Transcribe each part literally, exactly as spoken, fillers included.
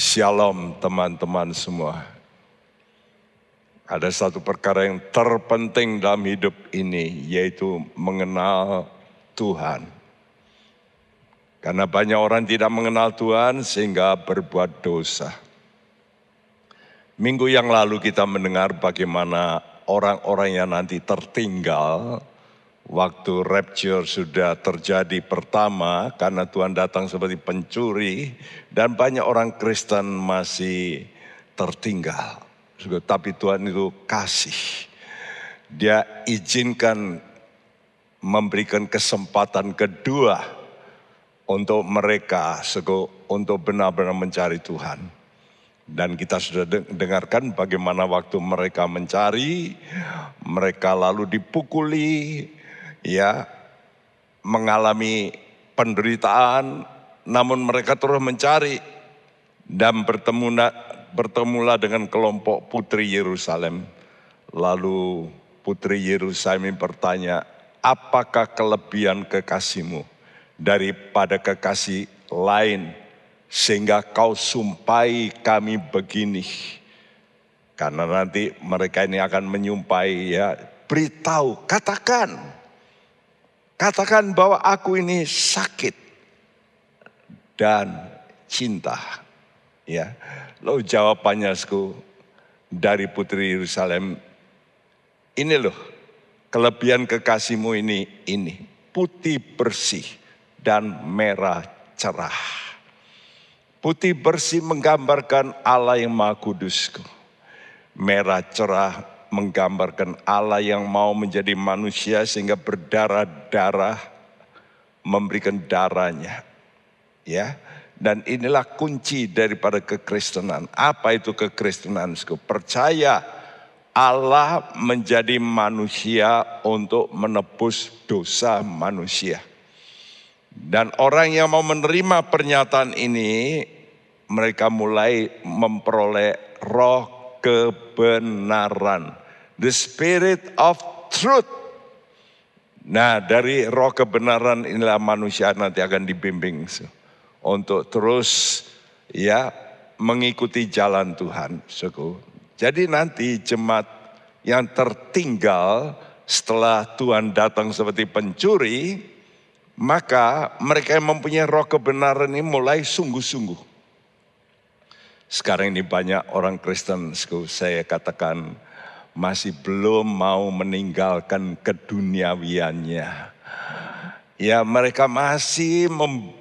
Shalom teman-teman semua. Ada satu perkara yang terpenting dalam hidup ini, yaitu mengenal Tuhan. Karena banyak orang tidak mengenal Tuhan sehingga berbuat dosa. Minggu yang lalu kita mendengar bagaimana orang-orang yang nanti tertinggal waktu rapture sudah terjadi pertama, karena Tuhan datang seperti pencuri dan banyak orang Kristen masih tertinggal. Tapi Tuhan itu kasih. Dia izinkan memberikan kesempatan kedua untuk mereka untuk benar-benar mencari Tuhan. Dan kita sudah dengarkan bagaimana waktu mereka mencari, mereka lalu dipukuli, ya, mengalami penderitaan, namun mereka terus mencari dan bertemu bertemulah dengan kelompok putri Yerusalem. Lalu putri Yerusalem bertanya, apakah kelebihan kekasihmu daripada kekasih lain sehingga kau sumpai kami begini? Karena nanti mereka ini akan menyumpai, ya, beritahu, katakan, katakan bahwa aku ini sakit dan cinta. Ya, lalu jawabannya dari putri Yerusalem, ini loh kelebihan kekasihmu ini, ini putih bersih dan merah cerah. Putih bersih menggambarkan Allah yang Maha Kudus. Merah cerah menggambarkan Allah yang mau menjadi manusia sehingga berdarah-darah, memberikan darahnya. Ya, dan inilah kunci daripada kekristenan. Apa itu kekristenan? Percaya Allah menjadi manusia untuk menebus dosa manusia. Dan orang yang mau menerima pernyataan ini, mereka mulai memperoleh roh kebenaran. The Spirit of Truth. Nah, dari roh kebenaran inilah manusia nanti akan dibimbing untuk terus, ya, mengikuti jalan Tuhan. Jadi nanti jemaat yang tertinggal setelah Tuhan datang seperti pencuri, maka mereka yang mempunyai roh kebenaran ini mulai sungguh-sungguh. Sekarang ini banyak orang Kristen, saya katakan, masih belum mau meninggalkan keduniawiannya. Ya, mereka masih mem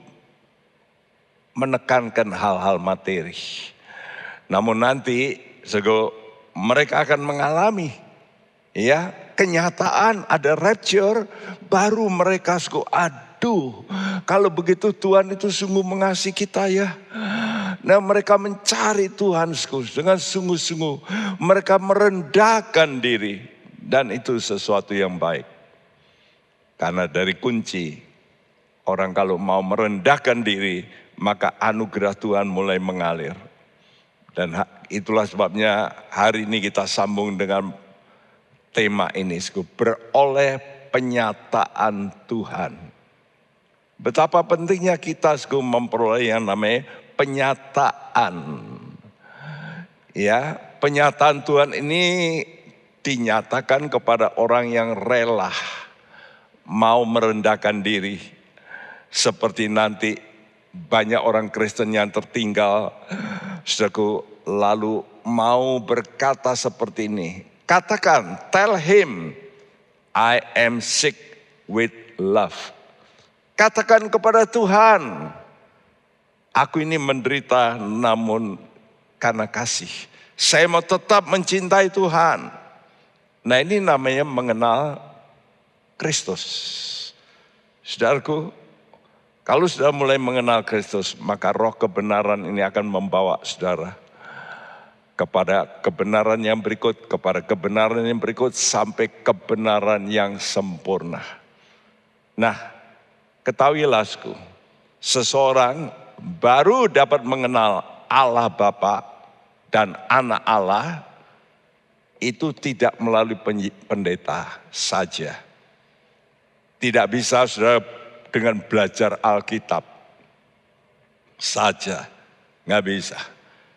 menekankan hal-hal materi. Namun nanti sego mereka akan mengalami, ya, kenyataan ada rapture, baru mereka sego aduh, kalau begitu Tuhan itu sungguh mengasihi kita, ya. Nah, mereka mencari Tuhan sego dengan sungguh-sungguh, mereka merendahkan diri, dan itu sesuatu yang baik. Karena dari kunci orang kalau mau merendahkan diri, maka anugerah Tuhan mulai mengalir. Dan itulah sebabnya hari ini kita sambung dengan tema ini, beroleh penyataan Tuhan. Betapa pentingnya kita memperoleh yang namanya penyataan. Ya, penyataan Tuhan ini dinyatakan kepada orang yang rela mau merendahkan diri. Seperti nanti banyak orang Kristen yang tertinggal, saudaraku, lalu mau berkata seperti ini. Katakan, tell him, I am sick with love. Katakan kepada Tuhan, aku ini menderita namun karena kasih. Saya mau tetap mencintai Tuhan. Nah, ini namanya mengenal Kristus. Saudaraku, kalau sudah mulai mengenal Kristus, maka roh kebenaran ini akan membawa saudara kepada kebenaran yang berikut, kepada kebenaran yang berikut, sampai kebenaran yang sempurna. Nah, ketahuilah, seseorang baru dapat mengenal Allah Bapa dan anak Allah, itu tidak melalui pendeta saja. Tidak bisa saudara dengan belajar Alkitab saja, nggak bisa.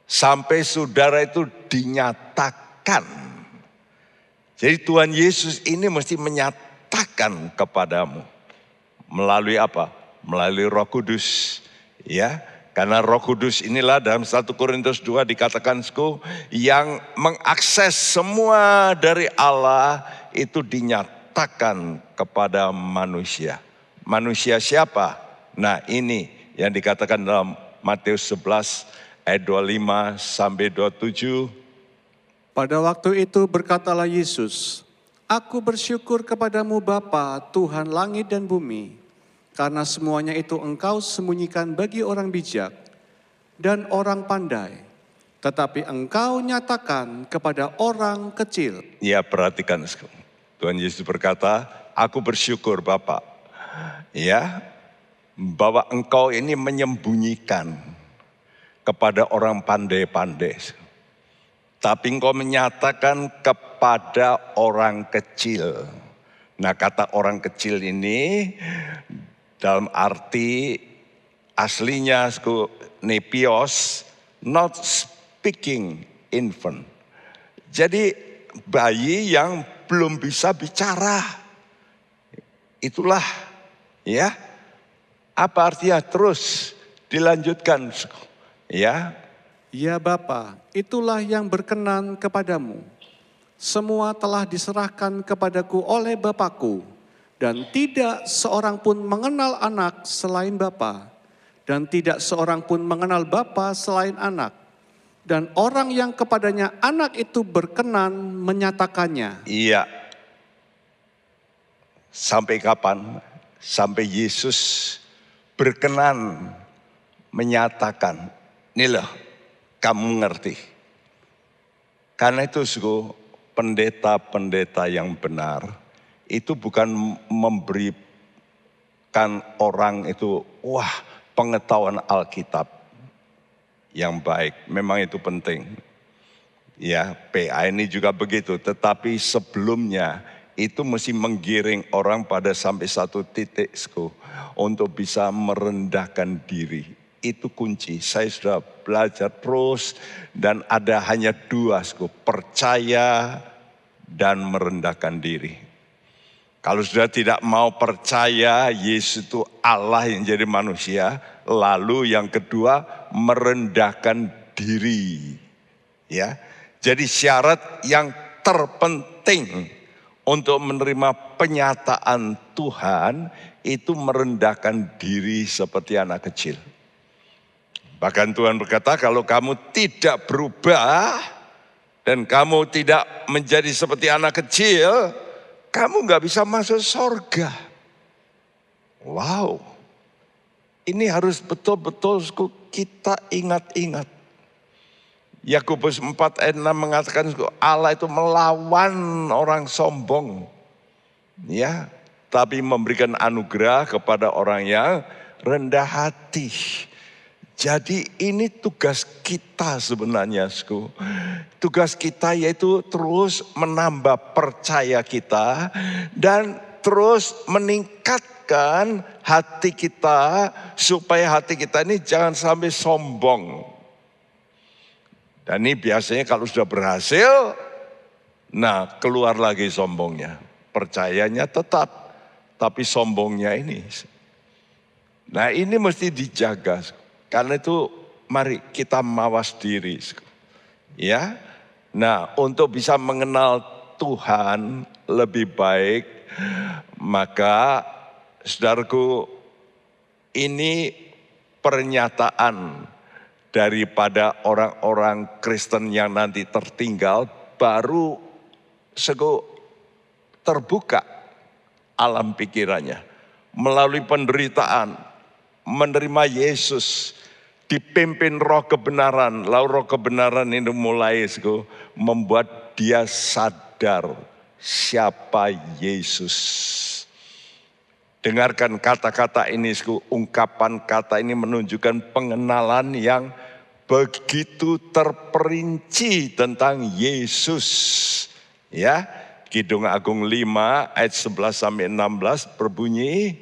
sampai saudara itu dinyatakan. Jadi Tuhan Yesus ini mesti menyatakan kepadamu. Melalui apa? Melalui Roh Kudus. Ya, karena Roh Kudus inilah dalam satu Korintus dua dikatakan yang mengakses semua dari Allah itu dinyatakan kepada manusia. Manusia siapa? Nah, ini yang dikatakan dalam Matius sebelas ayat dua puluh lima sampai dua puluh tujuh. Pada waktu itu berkatalah Yesus, "Aku bersyukur kepadamu Bapa, Tuhan langit dan bumi, karena semuanya itu Engkau sembunyikan bagi orang bijak dan orang pandai, tetapi Engkau nyatakan kepada orang kecil." Ya, perhatikan. Tuhan Yesus berkata, "Aku bersyukur Bapa, ya, bahwa Engkau ini menyembunyikan kepada orang pandai-pandai. Tapi Engkau menyatakan kepada orang kecil." Nah, kata orang kecil ini dalam arti aslinya nepios, not speaking infant. Jadi bayi yang belum bisa bicara. Itulah ya. Apa artinya? Terus dilanjutkan ya. "Ya Bapa, itulah yang berkenan kepadamu. Semua telah diserahkan kepadaku oleh Bapakku, dan tidak seorang pun mengenal anak selain Bapa, dan tidak seorang pun mengenal Bapa selain anak, dan orang yang kepadanya anak itu berkenan menyatakannya." Iya. Sampai kapan? Sampai Yesus berkenan menyatakan. Inilah, kamu ngerti. Karena itu suku pendeta-pendeta yang benar itu bukan memberikan orang itu wah pengetahuan Alkitab yang baik. Memang itu penting. Ya, P A ini juga begitu. Tetapi sebelumnya itu mesti menggiring orang pada sampai satu titik suku untuk bisa merendahkan diri. Itu kunci. Saya sudah belajar terus dan ada hanya dua, percaya dan merendahkan diri. Kalau sudah tidak mau percaya Yesus itu Allah yang jadi manusia, lalu yang kedua merendahkan diri. Ya, jadi syarat yang terpenting untuk menerima penyataan Tuhan itu merendahkan diri seperti anak kecil. Bahkan Tuhan berkata, kalau kamu tidak berubah dan kamu tidak menjadi seperti anak kecil, kamu gak bisa masuk surga. Wow, ini harus betul-betul kita ingat-ingat. Yakobus empat ayat enam mengatakan Allah itu melawan orang sombong. Ya, tapi memberikan anugerah kepada orang yang rendah hati. Jadi ini tugas kita sebenarnya, Sku. Tugas kita yaitu terus menambah percaya kita dan terus meningkatkan hati kita supaya hati kita ini jangan sampai sombong. Dan ini biasanya kalau sudah berhasil, nah keluar lagi sombongnya. Percayanya tetap, tapi sombongnya ini. Nah ini mesti dijaga, Sku. Karena itu mari kita mawas diri. Ya. Nah, untuk bisa mengenal Tuhan lebih baik, maka saudaraku, ini pernyataan daripada orang-orang Kristen yang nanti tertinggal baru sego terbuka alam pikirannya melalui penderitaan, menerima Yesus, dipimpin roh kebenaran. Lalu roh kebenaran ini mulai membuat dia sadar siapa Yesus. Dengarkan kata-kata ini, ungkapan kata ini menunjukkan pengenalan yang begitu terperinci tentang Yesus. Ya, Kidung Agung lima ayat sebelas sampai enam belas berbunyi,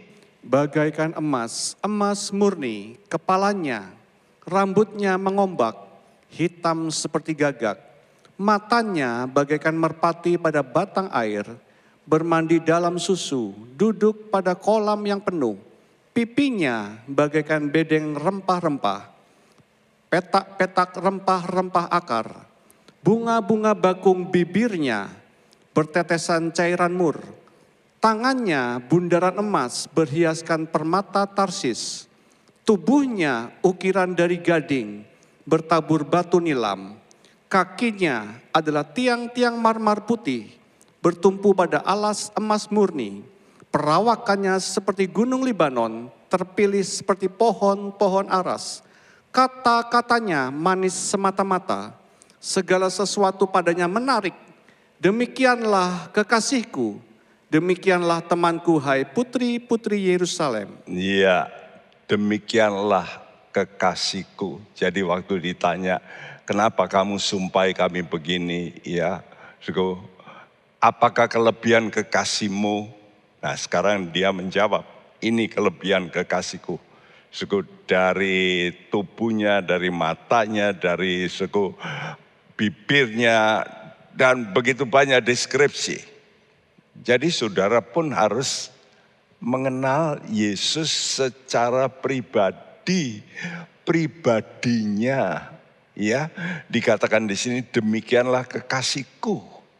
bagaikan emas, emas murni, kepalanya, rambutnya mengombak, hitam seperti gagak. Matanya bagaikan merpati pada batang air, bermandi dalam susu, duduk pada kolam yang penuh. Pipinya bagaikan bedeng rempah-rempah, petak-petak rempah-rempah akar. Bunga-bunga bakung bibirnya bertetesan cairan mur. Tangannya bundaran emas berhiaskan permata Tarsis. Tubuhnya ukiran dari gading bertabur batu nilam. Kakinya adalah tiang-tiang marmer putih bertumpu pada alas emas murni. Perawakannya seperti gunung Libanon, terpilih seperti pohon-pohon aras. Kata-katanya manis semata-mata, segala sesuatu padanya menarik. Demikianlah kekasihku, demikianlah temanku, hai putri-putri Yerusalem. Iya, demikianlah kekasihku. Jadi waktu ditanya, kenapa kamu sumpai kami begini? Ya, apakah kelebihan kekasihmu? Nah sekarang dia menjawab, ini kelebihan kekasihku. Suku dari tubuhnya, dari matanya, dari suku bibirnya, dan begitu banyak deskripsi. Jadi saudara pun harus mengenal Yesus secara pribadi, pribadinya. Ya, dikatakan di sini demikianlah kekasihku.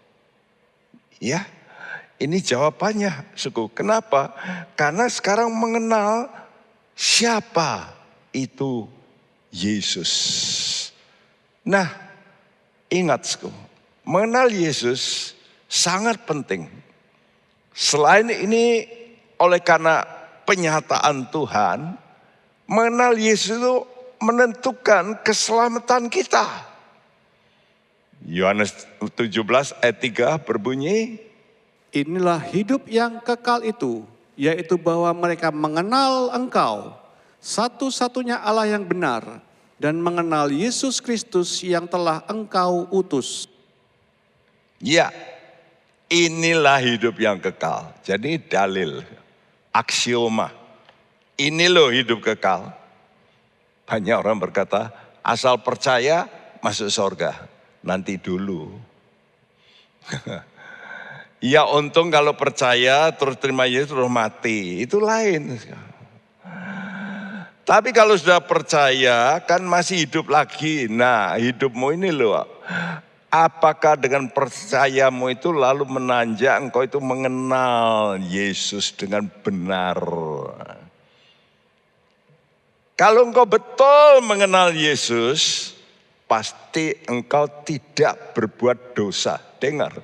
Ya, ini jawabannya, suku. Kenapa? Karena sekarang mengenal siapa itu Yesus. Nah, ingat, suku, mengenal Yesus sangat penting. Selain ini, oleh karena penyataan Tuhan, mengenal Yesus itu menentukan keselamatan kita. Yohanes tujuh belas ayat tiga berbunyi, inilah hidup yang kekal itu, yaitu bahwa mereka mengenal Engkau, satu-satunya Allah yang benar, dan mengenal Yesus Kristus yang telah Engkau utus. Ya, inilah hidup yang kekal. Jadi dalil, aksioma. Ini loh hidup kekal. Banyak orang berkata, asal percaya masuk surga. Nanti dulu. Ya untung kalau percaya terus terima Yesus terus mati. Itu lain. Tapi kalau sudah percaya kan masih hidup lagi. Nah hidupmu ini loh. Apakah dengan percayamu itu lalu menanjak engkau itu mengenal Yesus dengan benar. Kalau engkau betul mengenal Yesus, pasti engkau tidak berbuat dosa. Dengar.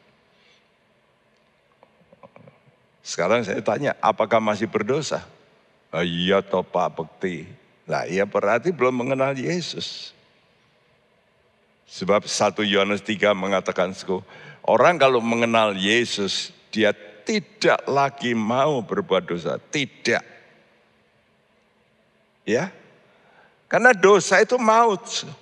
Sekarang saya tanya, apakah masih berdosa? Oh, iya toh Pak Bekti. Nah iya berarti belum mengenal Yesus. Sebab satu Yohanes tiga mengatakan, orang kalau mengenal Yesus, dia tidak lagi mau berbuat dosa. Tidak. Ya, karena dosa itu maut.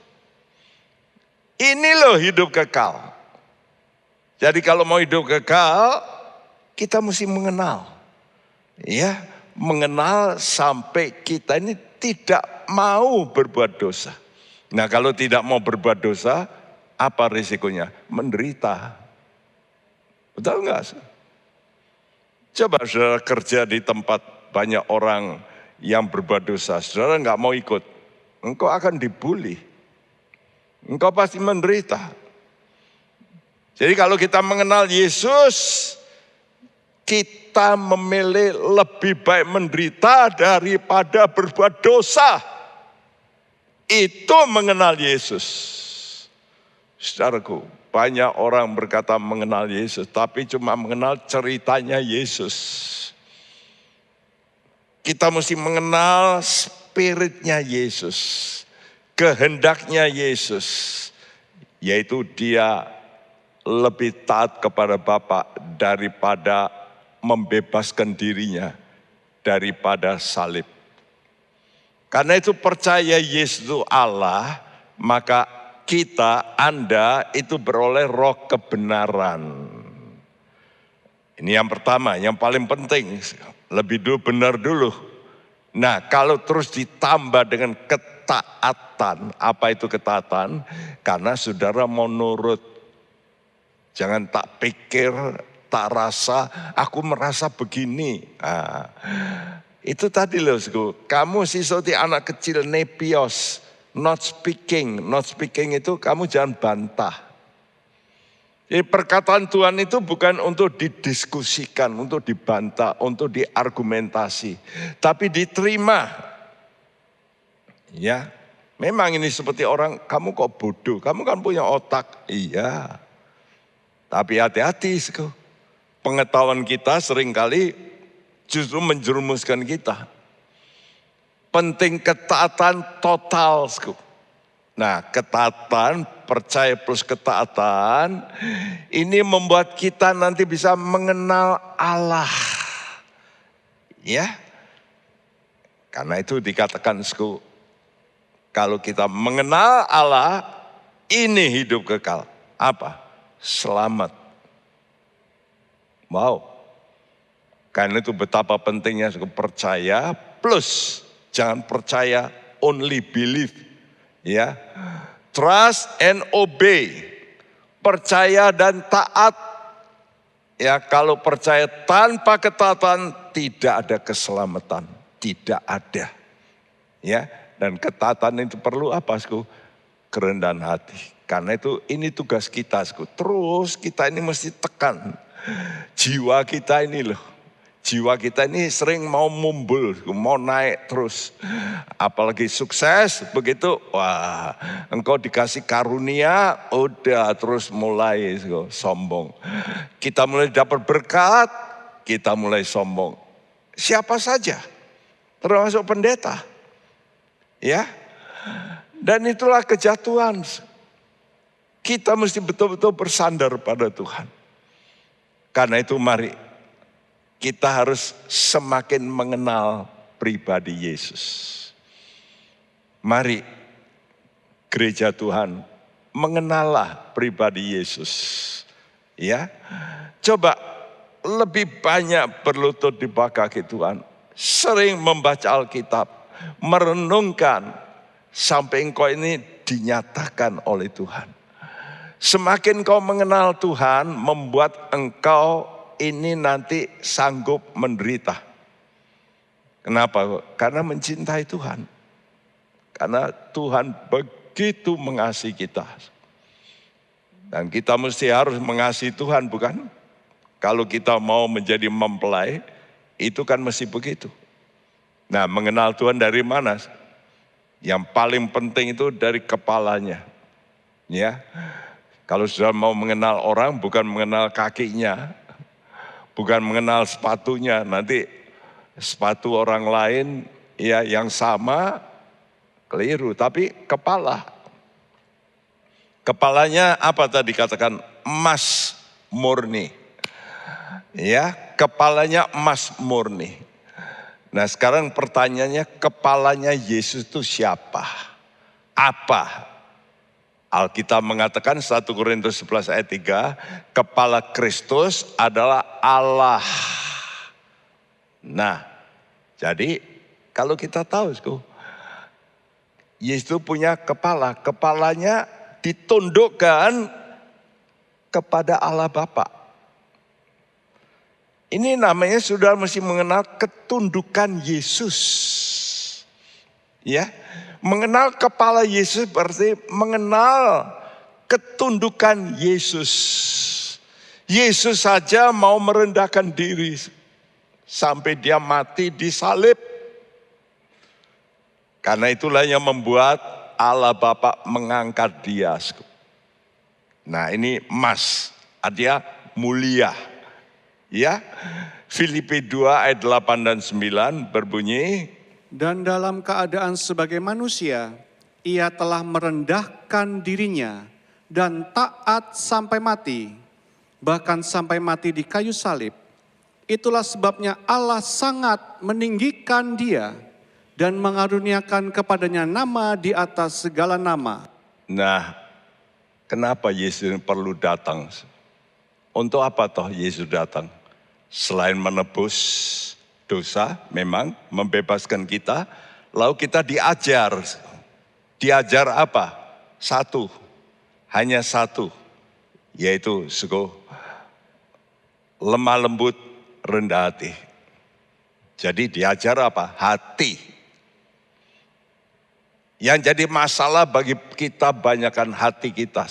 Ini loh hidup kekal. Jadi kalau mau hidup kekal, kita mesti mengenal. Ya, mengenal sampai kita ini tidak mau berbuat dosa. Nah kalau tidak mau berbuat dosa, apa risikonya? Menderita. Betul enggak? Coba saudara kerja di tempat banyak orang yang berbuat dosa, saudara enggak mau ikut. Engkau akan dibully. Engkau pasti menderita. Jadi kalau kita mengenal Yesus, kita memilih lebih baik menderita daripada berbuat dosa. Itu mengenal Yesus. Saudaraku, banyak orang berkata mengenal Yesus, tapi cuma mengenal ceritanya Yesus. Kita mesti mengenal spiritnya Yesus, kehendaknya Yesus, yaitu dia lebih taat kepada Bapa daripada membebaskan dirinya daripada salib. Karena itu percaya Yesus itu Allah, maka kita, Anda itu beroleh roh kebenaran. Ini yang pertama, yang paling penting, lebih dulu benar dulu. Nah kalau terus ditambah dengan ketaatan, ketaatan. Apa itu ketaatan? Karena saudara mau nurut. Jangan tak pikir, tak rasa, aku merasa begini. Nah, itu tadi loh, kamu sisoti anak kecil nepios, not speaking. Not speaking itu kamu jangan bantah. Jadi perkataan Tuhan itu bukan untuk didiskusikan, untuk dibantah, untuk diargumentasi. Tapi diterima. Ya, memang ini seperti orang, kamu kok bodoh, kamu kan punya otak. Iya. Tapi hati-hati, pengetahuan kita seringkali justru menjerumuskan kita. Penting ketaatan total. Nah, ketaatan, percaya plus ketaatan, ini membuat kita nanti bisa mengenal Allah. Ya, karena itu dikatakan, kalau kita mengenal Allah, ini hidup kekal. Apa? Selamat. Wow. Karena itu betapa pentingnya percaya plus jangan percaya, only believe. Ya. Trust and obey. Percaya dan taat. Ya, kalau percaya tanpa ketaatan tidak ada keselamatan, tidak ada. Ya, dan ketaatan itu perlu apa, Sku? Kerendahan hati. Karena itu ini tugas kita, Sku. Terus kita ini mesti tekan jiwa kita ini loh. Jiwa kita ini sering mau mumbul, mau naik terus. Apalagi sukses, begitu, wah engkau dikasih karunia, udah terus mulai Sku, sombong. Kita mulai dapat berkat, kita mulai sombong. Siapa saja, termasuk pendeta. Ya, dan itulah kejatuhan. Kita mesti betul-betul bersandar pada Tuhan. Karena itu mari kita harus semakin mengenal pribadi Yesus. Mari gereja Tuhan mengenallah pribadi Yesus. Ya, coba lebih banyak berlutut di bawah kaki Tuhan. Sering membaca Alkitab, merenungkan sampai engkau ini dinyatakan oleh Tuhan. Semakin kau mengenal Tuhan, membuat engkau ini nanti sanggup menderita. Kenapa? Karena mencintai Tuhan. Karena Tuhan begitu mengasihi kita. Dan kita mesti harus mengasihi Tuhan, bukan? Kalau kita mau menjadi mempelai, itu kan mesti begitu. Nah, mengenal Tuhan dari mana? Yang paling penting itu dari kepalanya. Ya. Kalau sudah mau mengenal orang, bukan mengenal kakinya, bukan mengenal sepatunya. Nanti sepatu orang lain ya yang sama keliru, tapi kepala. Kepalanya apa tadi katakan? Emas murni. Ya, kepalanya emas murni. Nah, sekarang pertanyaannya, kepalanya Yesus itu siapa? Apa? Alkitab mengatakan satu Korintus sebelas ayat tiga, kepala Kristus adalah Allah. Nah, jadi kalau kita tahu, Yesus punya kepala, kepalanya ditundukkan kepada Allah Bapa. Ini namanya sudah mesti mengenal ketundukan Yesus. Ya. Mengenal kepala Yesus berarti mengenal ketundukan Yesus. Yesus saja mau merendahkan diri sampai dia mati di salib. Karena itulah yang membuat Allah Bapa mengangkat dia. Nah, ini emas, artinya mulia. Ya, Filipi dua ayat delapan dan sembilan berbunyi, dan dalam keadaan sebagai manusia, ia telah merendahkan dirinya dan taat sampai mati, bahkan sampai mati di kayu salib. Itulah sebabnya Allah sangat meninggikan dia dan mengaruniakan kepadanya nama di atas segala nama. Nah, kenapa Yesus perlu datang? Untuk apa toh Yesus datang? Selain menebus dosa, memang membebaskan kita, lalu kita diajar, diajar apa? Satu, hanya satu, yaitu suku lemah lembut, rendah hati. Jadi diajar apa? Hati. Yang jadi masalah bagi kita banyakkan hati kita.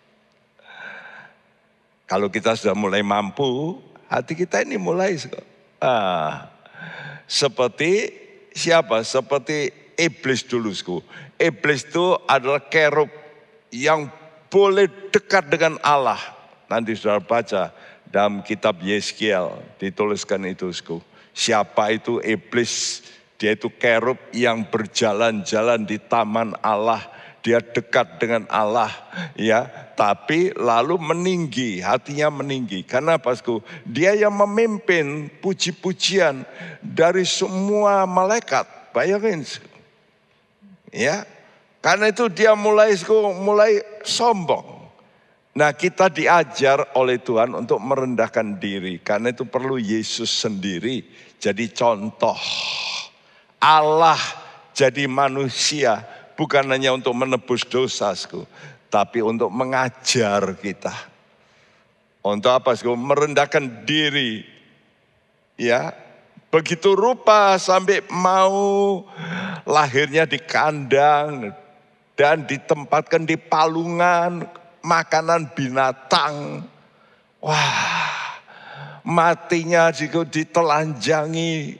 Kalau kita sudah mulai mampu, hati kita ini mulai ah, seperti siapa? Seperti iblis dulu. Iblis itu adalah kerub yang boleh dekat dengan Allah. Nanti saudara baca dalam kitab Yeskiel dituliskan itu. Siapa itu iblis? Dia itu kerub yang berjalan-jalan di taman Allah. Dia dekat dengan Allah, ya, tapi lalu meninggi, hatinya meninggi. Karena pasku, dia yang memimpin puji-pujian dari semua malaikat. Bayangin, ya, karena itu dia mulai mulai sombong. Nah, kita diajar oleh Tuhan untuk merendahkan diri. Karena itu perlu Yesus sendiri jadi contoh. Allah jadi manusia. Bukan hanya untuk menebus dosaku, tapi untuk mengajar kita. Untuk apa? Merendahkan diri. Ya, begitu rupa sampai mau lahirnya di kandang dan ditempatkan di palungan makanan binatang. Wah, matinya juga ditelanjangi,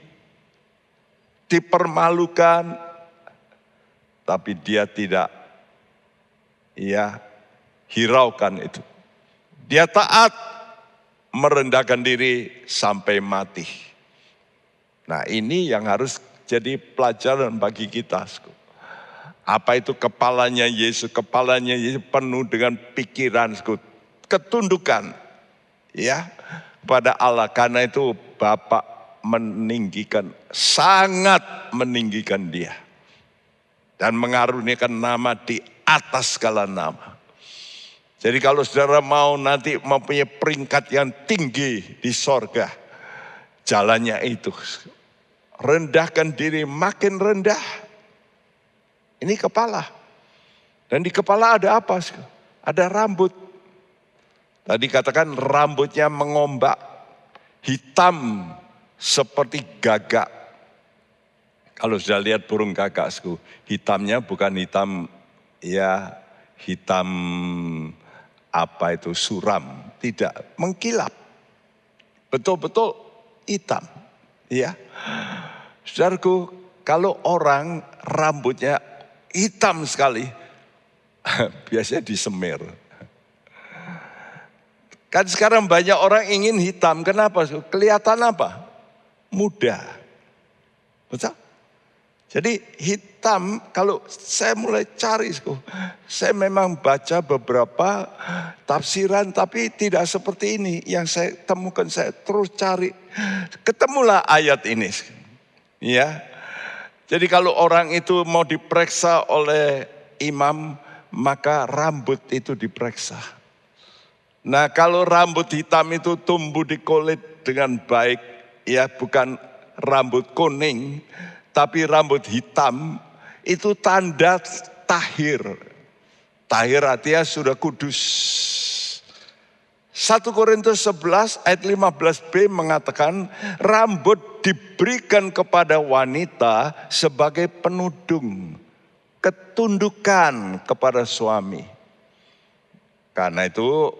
dipermalukan. Tapi dia tidak ya hiraukan itu. Dia taat merendahkan diri sampai mati. Nah, ini yang harus jadi pelajaran bagi kita. Apa itu kepalanya Yesus? Kepalanya Yesus penuh dengan pikiran, ketundukan ya pada Allah. Karena itu Bapa meninggikan, sangat meninggikan dia. Dan mengaruniakan nama di atas segala nama. Jadi kalau saudara mau nanti mempunyai peringkat yang tinggi di sorga, jalannya itu. Rendahkan diri makin rendah. Ini kepala. Dan di kepala ada apa? Ada rambut. Tadi katakan rambutnya mengombak. Hitam seperti gagak. Kalau sudah lihat burung gagak, hitamnya bukan hitam ya hitam apa itu suram, tidak, mengkilap. Betul-betul hitam, ya. Saudaraku, kalau orang rambutnya hitam sekali, biasanya disemir. Kan sekarang banyak orang ingin hitam, kenapa? Kelihatan apa? Muda. Betul? Jadi hitam, kalau saya mulai cari, saya memang baca beberapa tafsiran, tapi tidak seperti ini. Yang saya temukan, saya terus cari. Ketemulah ayat ini. Ya. Jadi kalau orang itu mau diperiksa oleh imam, maka rambut itu diperiksa. Nah, kalau rambut hitam itu tumbuh di kulit dengan baik, ya bukan rambut kuning, tapi rambut hitam, itu tanda tahir. Tahir artinya sudah kudus. satu Korintus sebelas ayat lima belas b mengatakan, rambut diberikan kepada wanita sebagai penudung, ketundukan kepada suami. Karena itu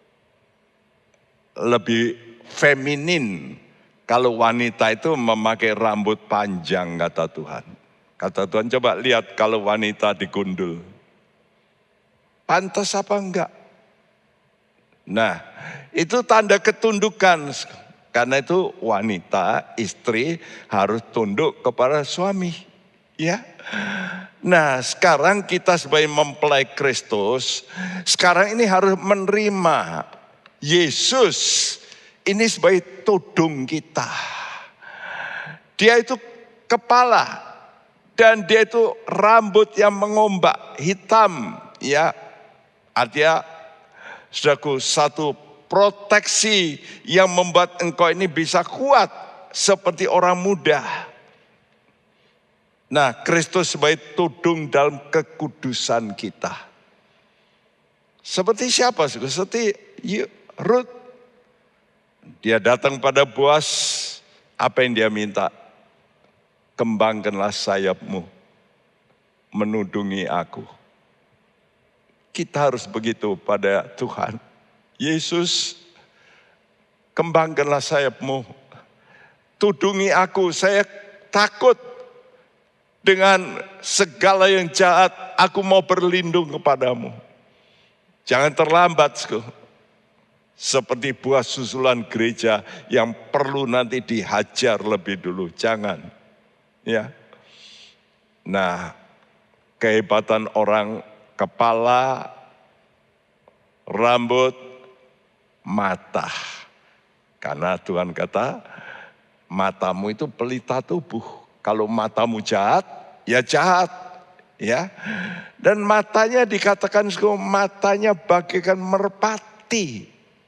lebih feminin kalau wanita itu memakai rambut panjang, kata Tuhan. Kata Tuhan, coba lihat kalau wanita digundul. Pantas apa enggak? Nah, itu tanda ketundukan. Karena itu wanita, istri harus tunduk kepada suami. Ya. Nah, sekarang kita sebagai mempelai Kristus, sekarang ini harus menerima Yesus. Ini sebagai tudung kita. Dia itu kepala dan dia itu rambut yang mengombak hitam, ya. Artinya saudaraku, satu proteksi yang membuat engkau ini bisa kuat seperti orang muda. Nah, Kristus sebagai tudung dalam kekudusan kita. Seperti siapa? Seperti Rut. Dia datang pada Boas, apa yang dia minta? Kembangkanlah sayapmu, menudungi aku. Kita harus begitu pada Tuhan. Yesus, kembangkanlah sayapmu, tudungi aku, saya takut dengan segala yang jahat, aku mau berlindung kepadamu. Jangan terlambat, seperti buah susulan gereja yang perlu nanti dihajar lebih dulu. Jangan, ya. Nah, kehebatan orang kepala, rambut, mata. Karena Tuhan kata, matamu itu pelita tubuh. Kalau matamu jahat, ya jahat, ya. Dan matanya dikatakan matanya bagaikan merpati.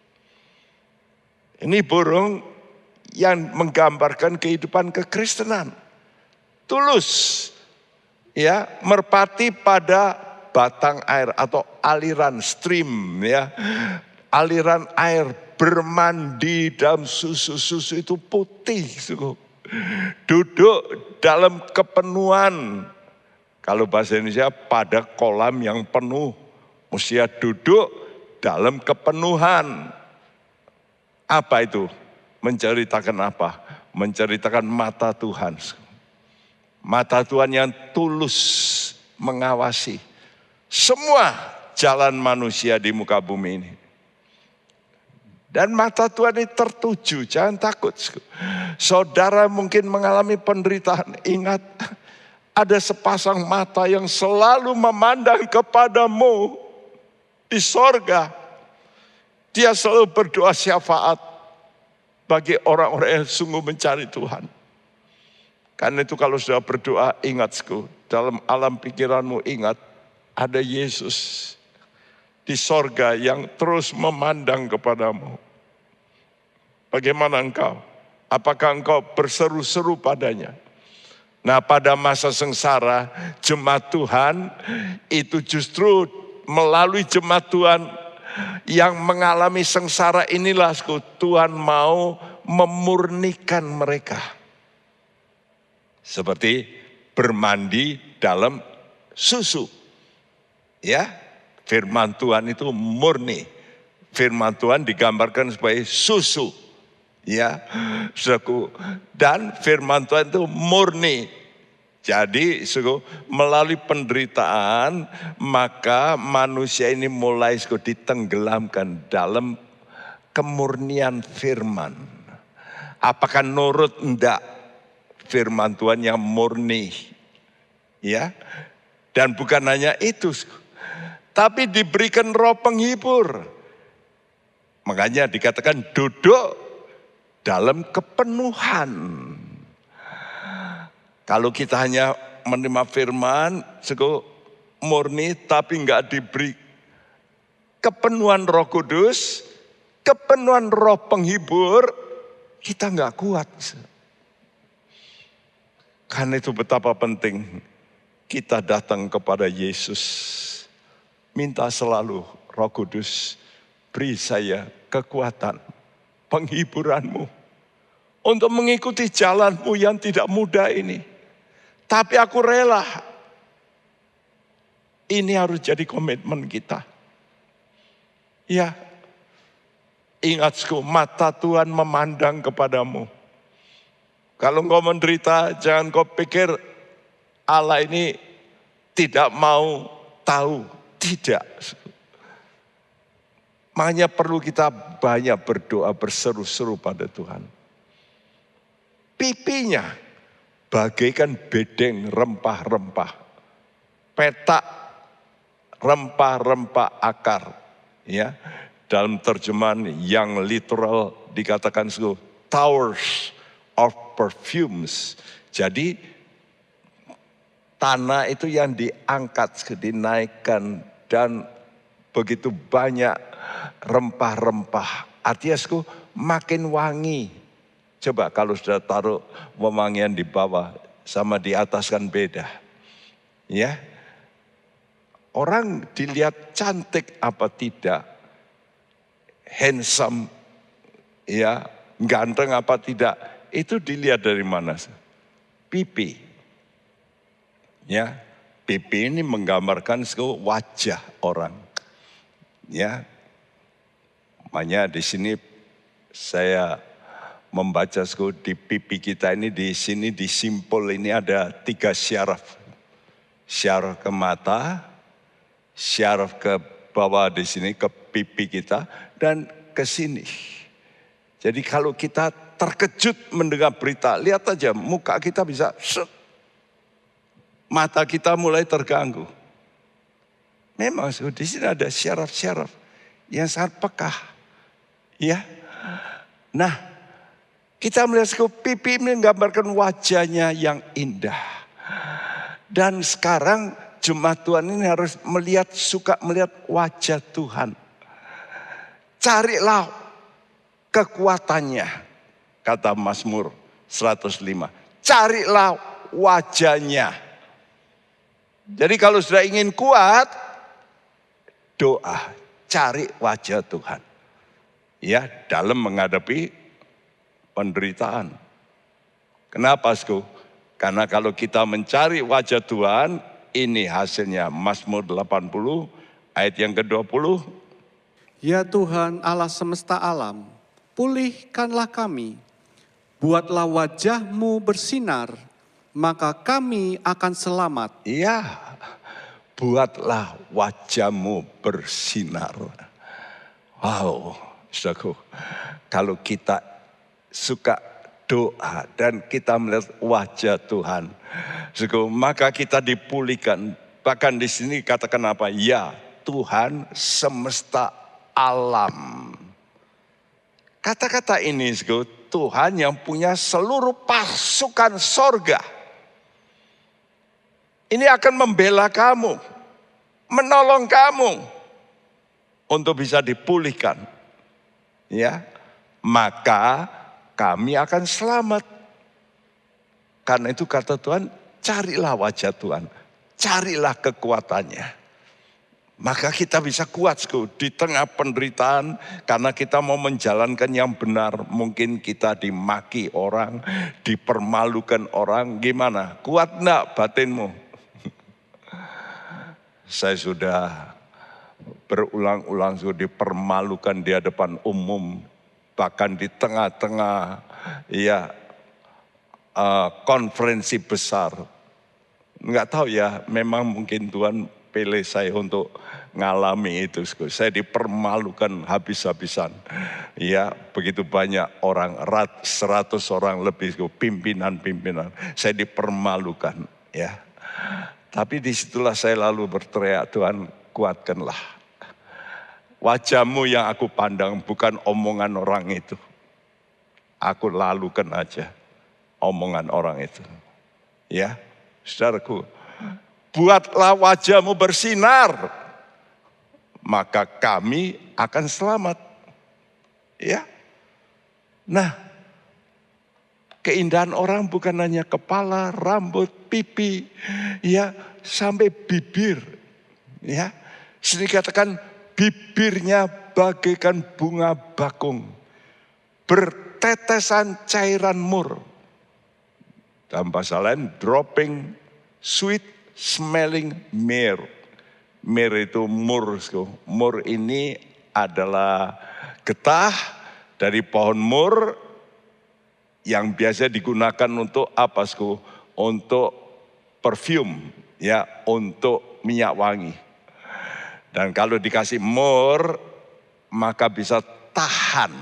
Ini burung yang menggambarkan kehidupan kekristenan. Tulus, ya, merpati pada batang air atau aliran stream, ya. Aliran air bermandi dalam susu, susu itu putih, suku. Duduk dalam kepenuhan. Kalau bahasa Indonesia pada kolam yang penuh. Mesti duduk dalam kepenuhan. Apa itu? Menceritakan apa? Menceritakan mata Tuhan. Mata Tuhan yang tulus mengawasi semua jalan manusia di muka bumi ini. Dan mata Tuhan ini tertuju, jangan takut. Saudara mungkin mengalami penderitaan, ingat ada sepasang mata yang selalu memandang kepadamu di sorga. Dia selalu berdoa syafaat bagi orang-orang yang sungguh mencari Tuhan. Karena itu kalau sudah berdoa, ingat, dalam alam pikiranmu ingat, ada Yesus di sorga yang terus memandang kepadamu. Bagaimana engkau? Apakah engkau berseru-seru padanya? Nah, pada masa sengsara, jemaat Tuhan itu justru melalui jemaat Tuhan yang mengalami sengsara inilah Tuhan mau memurnikan mereka. Seperti bermandi dalam susu. Ya, firman Tuhan itu murni. Firman Tuhan digambarkan sebagai susu. Ya, saudaraku, dan firman Tuhan itu murni. Jadi, saudaraku, melalui penderitaan maka manusia ini mulai saudaraku, ditenggelamkan dalam kemurnian firman. Apakah nurut? Enggak. Firman Tuhan yang murni. Ya. Dan bukan hanya itu, tapi diberikan roh penghibur. Makanya dikatakan duduk dalam kepenuhan. Kalau kita hanya menerima firman, cukup murni tapi enggak diberi kepenuhan Roh Kudus, kepenuhan roh penghibur, kita enggak kuat. Karena itu betapa penting kita datang kepada Yesus. Minta selalu, Roh Kudus, beri saya kekuatan, penghiburanmu untuk mengikuti jalanmu yang tidak mudah ini. Tapi aku rela. Ini harus jadi komitmen kita. Ya, ingat, mata Tuhan memandang kepadamu. Kalau engkau menderita, jangan kau pikir Allah ini tidak mau tahu. Tidak. Makanya perlu kita banyak berdoa, berseru-seru pada Tuhan. Pipinya bagaikan bedeng rempah-rempah. Petak rempah-rempah akar. Ya, dalam terjemahan yang literal dikatakan towers of perfumes. Jadi tanah itu yang diangkat, dinaikkan dan begitu banyak rempah-rempah. Artinya makin wangi. Coba kalau sudah taruh wewangian di bawah, sama di atas kan beda. Ya. Orang dilihat cantik apa tidak, handsome, ya, ganteng apa tidak, itu dilihat dari mana? Pipi. Ya, pipi ini menggambarkan wajah orang. Ya. Makanya di sini saya membaca di pipi kita ini, di sini di simpul ini ada tiga syaraf. Syaraf ke mata, syaraf ke bawah di sini ke pipi kita dan ke sini. Jadi kalau kita terkejut mendengar berita, lihat aja muka kita bisa set, mata kita mulai terganggu. Memang di sini ada syaraf-syaraf yang sangat peka. Ya. Nah, kita melihat pipi ini menggambarkan wajahnya yang indah. Dan sekarang jemaat Tuhan ini harus melihat, suka melihat wajah Tuhan. Carilah kekuatannya, kata Mazmur seratus lima. Carilah wajahnya. Jadi kalau sudah ingin kuat, doa, cari wajah Tuhan. Ya, dalam menghadapi penderitaan. Kenapa, Sku? Karena kalau kita mencari wajah Tuhan, ini hasilnya. Mazmur delapan puluh ayat yang ke dua puluh. Ya Tuhan Allah semesta alam, pulihkanlah kami. Buatlah wajah-Mu bersinar, maka kami akan selamat. Iya, buatlah wajah-Mu bersinar. Wow, saudaraku, kalau kita suka doa dan kita melihat wajah Tuhan, saudaraku, maka kita dipulihkan. Bahkan di sini katakan apa? Ya, Tuhan semesta alam. Kata-kata ini, saudaraku, Tuhan yang punya seluruh pasukan sorga. Ini akan membela kamu, menolong kamu untuk bisa dipulihkan. Ya, maka kami akan selamat. Karena itu kata Tuhan, carilah wajah Tuhan, carilah kekuatannya. Maka kita bisa kuat di tengah penderitaan karena kita mau menjalankan yang benar. Mungkin kita dimaki orang, dipermalukan orang, gimana? Kuat enggak batinmu? Saya sudah berulang-ulang sudah dipermalukan di hadapan umum, bahkan di tengah-tengah ya uh, konferensi besar. Enggak tahu ya, memang mungkin Tuhan pilih saya untuk ngalami itu. Saya dipermalukan habis-habisan. Ya, begitu banyak orang, seratus orang lebih, pimpinan-pimpinan. Saya dipermalukan. Ya, tapi disitulah saya lalu berteriak, Tuhan kuatkanlah. Wajah-Mu yang aku pandang, bukan omongan orang itu. Aku lalukan aja omongan orang itu. Ya, saudaraku, buatlah wajah-Mu bersinar, maka kami akan selamat. Ya. Nah, keindahan orang bukan hanya kepala, rambut, pipi, ya, sampai bibir. Ya. Sini katakan bibirnya bagaikan bunga bakung, bertetesan cairan mur. Dalam bahasa lain, dropping sweet smelling myrrh. Myrrh itu mur. Mur ini adalah getah dari pohon mur yang biasa digunakan untuk apa, Sku? Untuk perfume, ya, untuk minyak wangi. Dan kalau dikasih mur, maka bisa tahan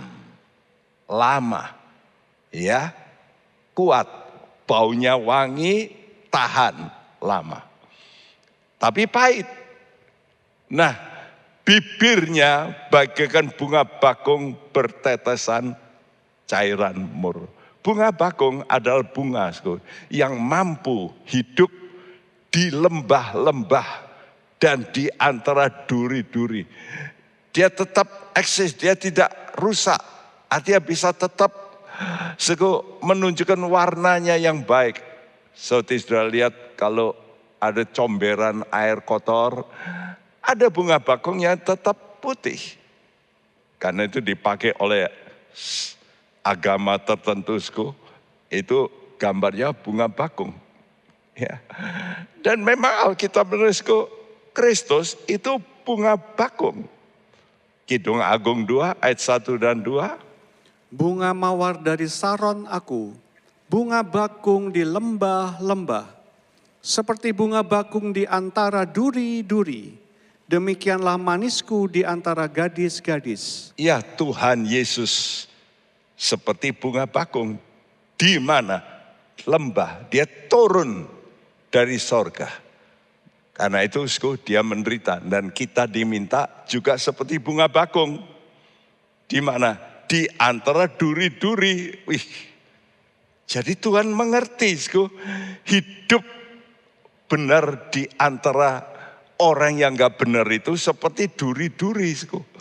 lama, ya, kuat, baunya wangi, tahan lama. Tapi pahit. Nah, bibirnya bagaikan bunga bakung bertetesan cairan mur. Bunga bakung adalah bunga yang mampu hidup di lembah-lembah dan di antara duri-duri. Dia tetap eksis, dia tidak rusak. Artinya bisa tetap menunjukkan warnanya yang baik. Saudara sudah lihat kalau ada comberan air kotor, ada bunga bakung yang tetap putih. Karena itu dipakai oleh agama tertentu, itu gambarnya bunga bakung. Ya. Dan memang Alkitab menulisku, Kristus itu bunga bakung. Kidung Agung dua ayat satu dan dua. Bunga mawar dari Saron aku, bunga bakung di lembah-lembah, seperti bunga bakung di antara duri-duri, demikianlah manisku di antara gadis-gadis. Ya, Tuhan Yesus seperti bunga bakung. Di mana? Lembah. Dia turun dari sorga. Karena itu dia menderita. Dan kita diminta juga seperti bunga bakung. Di mana? Di antara duri-duri. Wih. Jadi Tuhan mengerti, hidup benar di antara orang yang gak benar itu seperti duri-duri.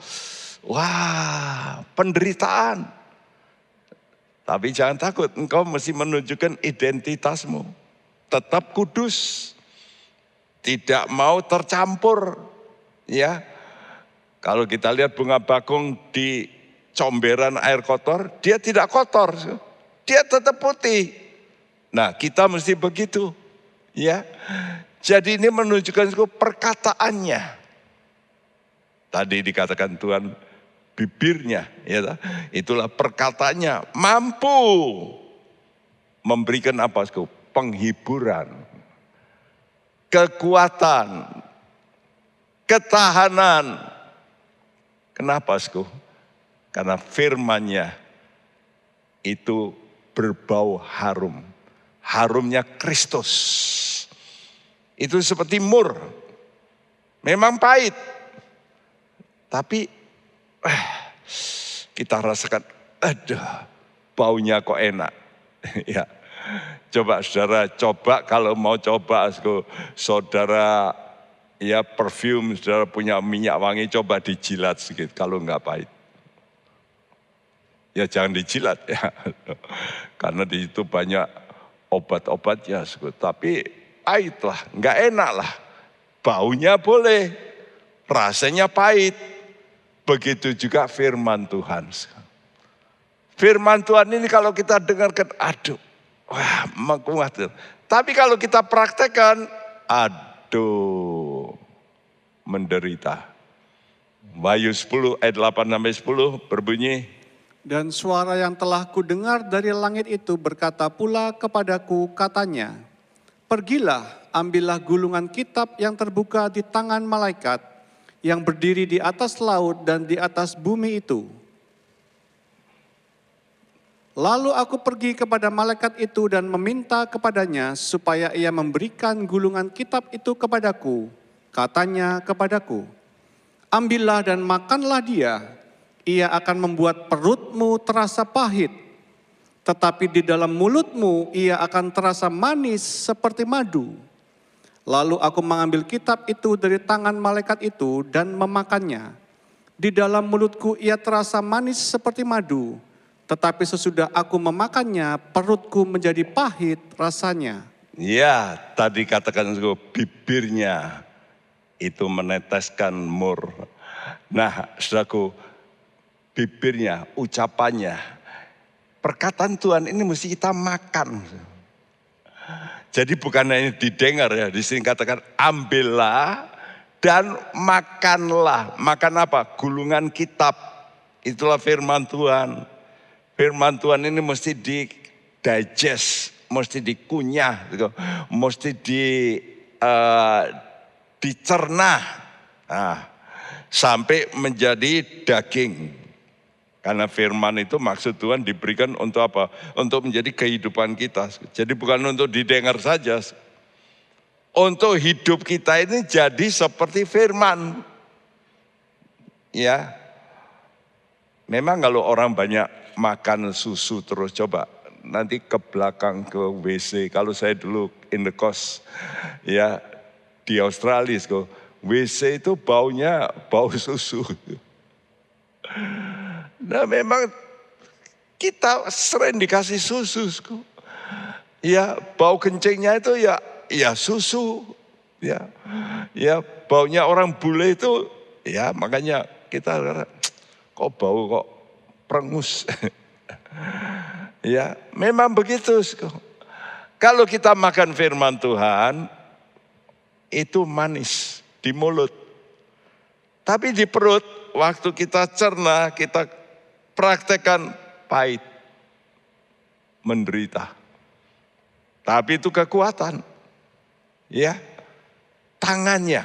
Wah, penderitaan. Tapi jangan takut, engkau mesti menunjukkan identitasmu. Tetap kudus. Tidak mau tercampur. Ya, kalau kita lihat bunga bakung di comberan air kotor, dia tidak kotor. Dia tetap putih. Nah, kita mesti begitu. Ya, jadi ini menunjukkan perkataannya. Tadi dikatakan Tuhan bibirnya, ya, itulah perkataannya mampu memberikan apa? Penghiburan, kekuatan, ketahanan. Kenapa, Sku? Karena firman-Nya itu berbau harum. Harumnya Kristus. Itu seperti mur. Memang pahit. Tapi eh, kita rasakan, aduh, baunya kok enak. Ya. Coba saudara, coba kalau mau coba, saudara ya parfum, saudara punya minyak wangi, coba dijilat sedikit kalau enggak pahit. Ya jangan dijilat ya, karena di situ banyak obat-obatnya, tapi pahit lah, enggak enak lah. Baunya boleh, rasanya pahit. Begitu juga firman Tuhan. Firman Tuhan ini kalau kita dengarkan, aduh, wah, mengkhawatir. Tapi kalau kita praktekkan, aduh, menderita. Wahyu sepuluh ayat delapan sampai sepuluh berbunyi. Dan suara yang telah kudengar dari langit itu berkata pula kepadaku, katanya, pergilah, ambillah gulungan kitab yang terbuka di tangan malaikat yang berdiri di atas laut dan di atas bumi itu. Lalu aku pergi kepada malaikat itu dan meminta kepadanya supaya ia memberikan gulungan kitab itu kepadaku. Katanya kepadaku, ambillah dan makanlah dia, ia akan membuat perutmu terasa pahit, tetapi di dalam mulutmu ia akan terasa manis seperti madu. Lalu aku mengambil kitab itu dari tangan malaikat itu dan memakannya. Di dalam mulutku ia terasa manis seperti madu, tetapi sesudah aku memakannya, perutku menjadi pahit rasanya. Ya, tadi katakan bibirnya itu meneteskan mur. Nah, saudaraku, bibirnya, ucapannya, perkataan Tuhan ini mesti kita makan. Jadi bukan hanya didengar ya, di sini katakan ambillah dan makanlah. Makan apa? Gulungan kitab. Itulah firman Tuhan. Firman Tuhan ini mesti di digest, mesti dikunyah, gitu. Mesti di uh, dicerna, nah, sampai menjadi daging. Karena firman itu maksud Tuhan diberikan untuk apa? Untuk menjadi kehidupan kita. Jadi bukan untuk didengar saja. Untuk hidup kita ini jadi seperti firman. Ya. Memang kalau orang banyak makan susu terus, coba nanti ke belakang ke W C. Kalau saya dulu in the coast ya di Australia, W C itu baunya bau susu. Nah memang kita sering dikasih susu. Ya, bau kencingnya itu ya ya susu. Ya. Ya, baunya orang bule itu ya makanya kita kok bau kok perengus. Ya, memang begitu. Kalau kita makan firman Tuhan, itu manis di mulut. Tapi di perut, waktu kita cerna, kita praktekkan pahit, menderita. Tapi itu kekuatan. Ya, tangannya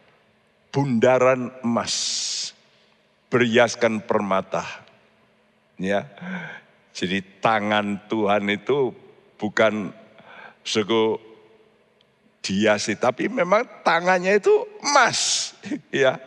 bundaran emas, berhiaskan permata. Ya, jadi tangan Tuhan itu bukan sego dihiasi, tapi memang tangannya itu emas, ya.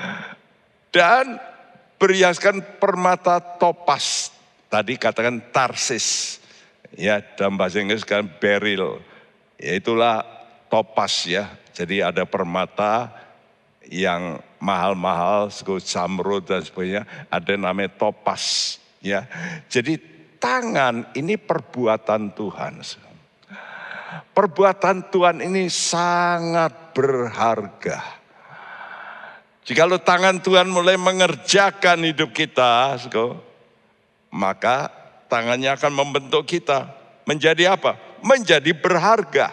Dan berhiaskan permata topas. Tadi katakan tarsis, ya dalam bahasa Inggris kan beryl, yaitulah topas ya. Jadi ada permata yang mahal-mahal, sego zamrud dan sebagainya, ada namanya topas, ya. Jadi tangan ini perbuatan Tuhan. Perbuatan Tuhan ini sangat berharga. Jikalau tangan Tuhan mulai mengerjakan hidup kita, maka tangannya akan membentuk kita menjadi apa? Menjadi berharga.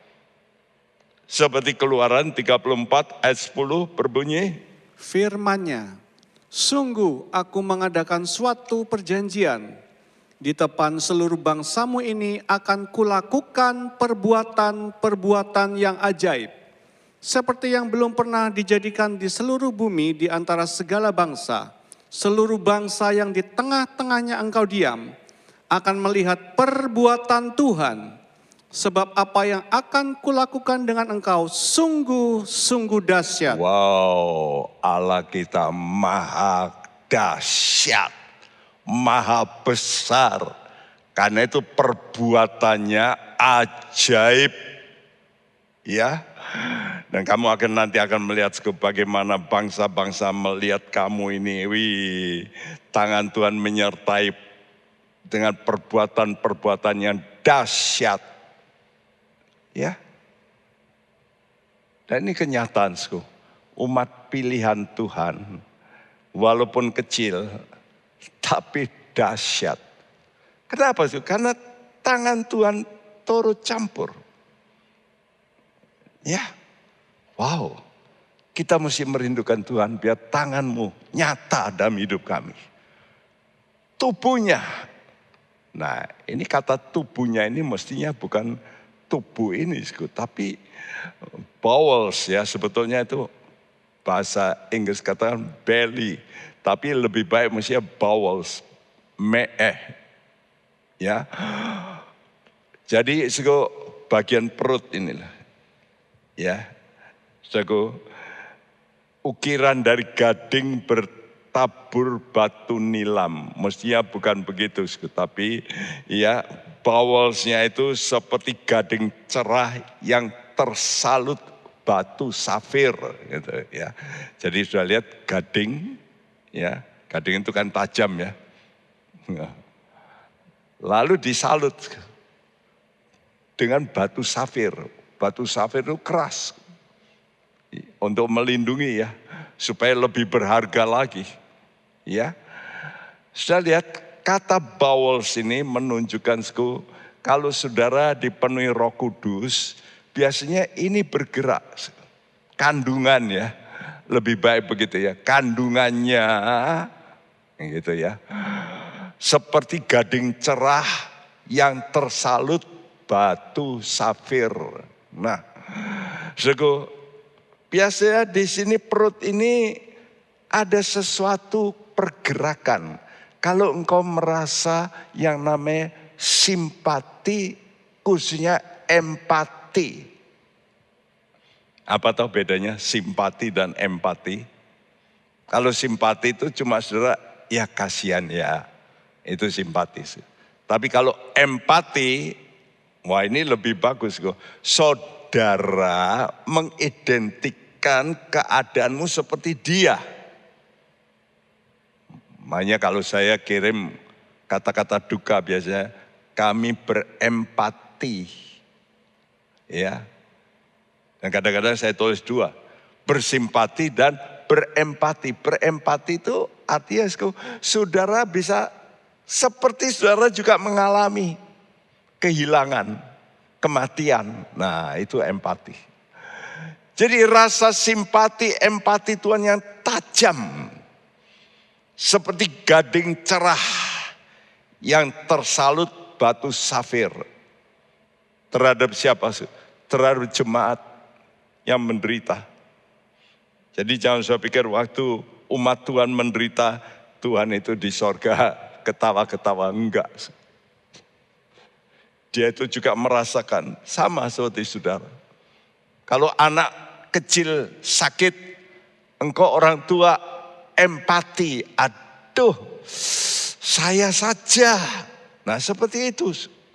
Seperti Keluaran tiga puluh empat ayat sepuluh berbunyi, firman-Nya, sungguh aku mengadakan suatu perjanjian. Di depan seluruh bangsamu ini akan kulakukan perbuatan-perbuatan yang ajaib, seperti yang belum pernah dijadikan di seluruh bumi di antara segala bangsa. Seluruh bangsa yang di tengah-tengahnya engkau diam akan melihat perbuatan Tuhan, sebab apa yang akan kulakukan dengan engkau sungguh-sungguh dahsyat. Wow, Allah kita maha dahsyat, maha besar, karena itu perbuatannya ajaib, ya. Dan kamu akan nanti akan melihat bagaimana bangsa-bangsa melihat kamu ini, wih, tangan Tuhan menyertai dengan perbuatan-perbuatan yang dahsyat, ya. Dan ini kenyataan, umat pilihan Tuhan, walaupun kecil, tapi dahsyat. Kenapa sih? Karena tangan Tuhan turut campur. Ya, wow. Kita mesti merindukan Tuhan biar tanganmu nyata dalam hidup kami. Tubuhnya. Nah, ini kata tubuhnya ini mestinya bukan tubuh ini, tapi bowels ya. Sebetulnya itu bahasa Inggris katakan belly. Tapi lebih baik mestinya bowels, meeh, ya. Jadi sego bagian perut inilah, ya. Sego ukiran dari gading bertabur batu nilam, mestinya bukan begitu, sego. Tapi ya bowelsnya itu seperti gading cerah yang tersalut batu safir, gitu ya. Jadi sudah lihat gading. Ya, gading itu kan tajam ya. Lalu disalut dengan batu safir. Batu safir itu keras untuk melindungi ya, supaya lebih berharga lagi. Ya, sudah lihat kata bowels ini menunjukkan kalau saudara dipenuhi Roh Kudus, biasanya ini bergerak kandungan ya. Lebih baik begitu ya, kandungannya gitu ya. Seperti gading cerah yang tersalut batu safir. Nah, sego biasanya di sini perut ini ada sesuatu pergerakan. Kalau engkau merasa yang namanya simpati, khususnya empati. Apa tahu bedanya simpati dan empati? Kalau simpati itu cuma saudara, ya kasihan ya, itu simpatis. Tapi kalau empati, wah ini lebih bagus kok. Saudara mengidentikan keadaanmu seperti dia. Makanya kalau saya kirim kata-kata duka biasanya, kami berempati bersimpati. Ya. Dan kadang-kadang saya tulis dua, bersimpati dan berempati. Berempati itu artinya saudara bisa seperti saudara juga mengalami kehilangan, kematian. Nah, itu empati. Jadi rasa simpati, empati Tuhan yang tajam. Seperti gading cerah yang tersalut batu safir. Terhadap siapa? Terhadap jemaat yang menderita. Jadi jangan saya pikir waktu umat Tuhan menderita, Tuhan itu di sorga ketawa-ketawa. Enggak. Dia itu juga merasakan sama seperti saudara. Kalau anak kecil sakit, engkau orang tua empati. Aduh, saya saja. Nah seperti itu.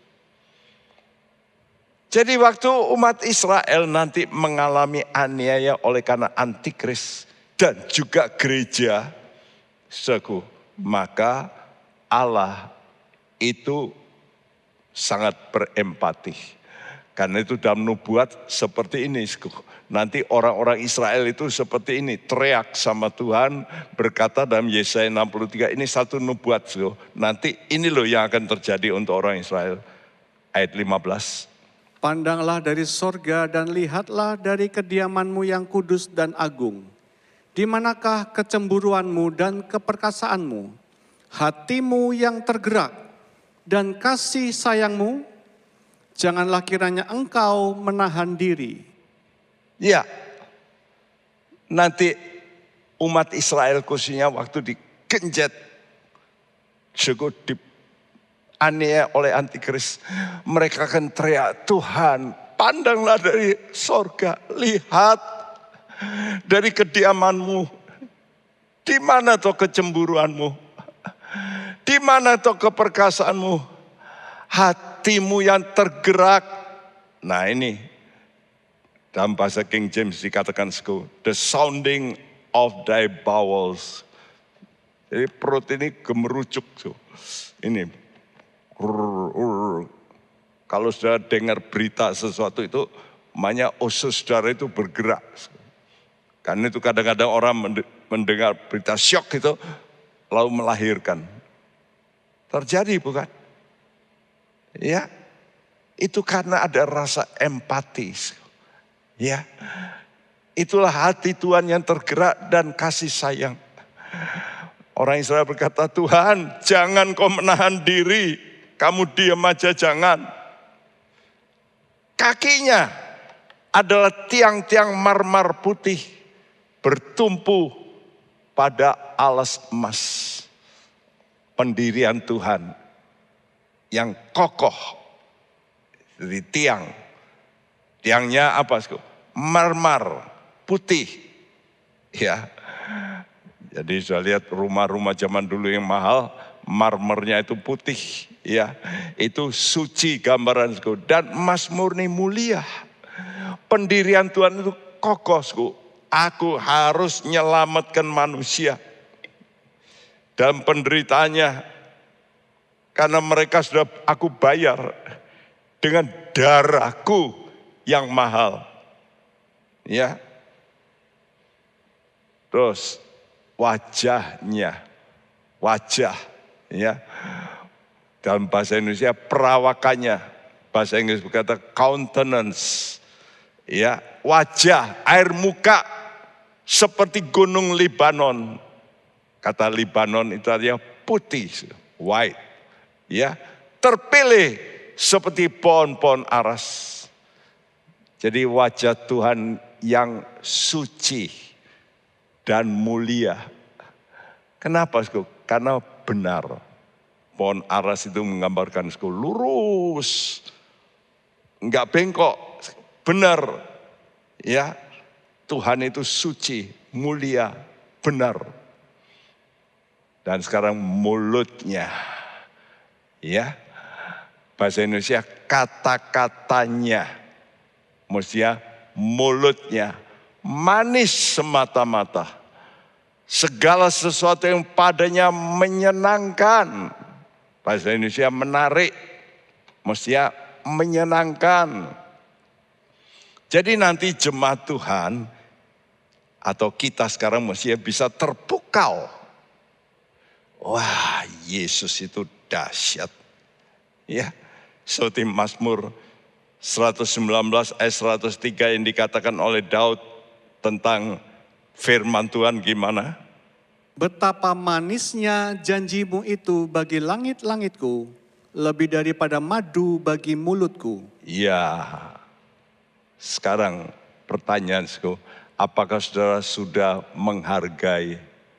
Jadi waktu umat Israel nanti mengalami aniaya oleh karena antikris dan juga gereja, saudaraku, maka Allah itu sangat berempati. Karena itu dalam nubuat seperti ini. Nanti orang-orang Israel itu seperti ini. Teriak sama Tuhan berkata dalam Yesaya enam puluh tiga. Ini satu nubuat. So. Nanti ini loh yang akan terjadi untuk orang Israel. Ayat lima belas. Pandanglah dari sorga dan lihatlah dari kediamanmu yang kudus dan agung. Di manakah kecemburuanmu dan keperkasaanmu? Hatimu yang tergerak dan kasih sayangmu? Janganlah kiranya engkau menahan diri. Ya, nanti umat Israel khususnya waktu digenjet, cukup di aniaya oleh antikris, mereka akan teriak, Tuhan pandanglah dari sorga, lihat dari kediamanmu, di mana toh kecemburuanmu, di mana toh keperkasaanmu, hatimu yang tergerak. Nah ini dalam bahasa King James dikatakan the sounding of thy bowels. Jadi perut ini gemerucuk tuh. Ini kalau saudara dengar berita sesuatu itu, makanya usus saudara itu bergerak. Karena itu kadang-kadang orang mendengar berita syok itu, lalu melahirkan. Terjadi bukan? Ya, itu karena ada rasa empati. Ya, itulah hati Tuhan yang tergerak dan kasih sayang. Orang Israel berkata, Tuhan jangan kau menahan diri. Kamu diam aja jangan. Kakinya adalah tiang-tiang marmer putih bertumpu pada alas emas. Pendirian Tuhan yang kokoh. Dari tiang. Tiangnya apa? Marmer putih. Ya. Jadi saya lihat rumah-rumah zaman dulu yang mahal, marmernya itu putih. Ya, itu suci gambaran dan emas murni mulia. Pendirian Tuhan itu kokoh. Aku harus menyelamatkan manusia dalam penderitaannya, karena mereka sudah aku bayar dengan darahku yang mahal. Ya, terus wajahnya, wajah, ya. Dalam bahasa Indonesia perawakannya, bahasa Inggris berkata countenance, ya, wajah, air muka seperti gunung Libanon. Kata Libanon itu artinya putih, white, ya, terpilih seperti pohon-pohon aras. Jadi wajah Tuhan yang suci dan mulia. Kenapa? Karena benar. Pohon aras itu menggambarkan lurus, enggak bengkok, benar. Ya, Tuhan itu suci, mulia, benar. Dan sekarang mulutnya, ya, bahasa Indonesia kata-katanya, maksudnya mulutnya manis semata-mata. Segala sesuatu yang padanya menyenangkan. Bahasa Indonesia menarik, mestinya menyenangkan. Jadi nanti jemaat Tuhan atau kita sekarang mestinya bisa terpukau. Wah, Yesus itu dahsyat. Ya, seperti Mazmur seratus sembilan belas ayat seratus tiga yang dikatakan oleh Daud tentang firman Tuhan gimana? Betapa manisnya janjimu itu bagi langit-langitku, lebih daripada madu bagi mulutku. Ya, sekarang pertanyaanku, apakah saudara sudah menghargai,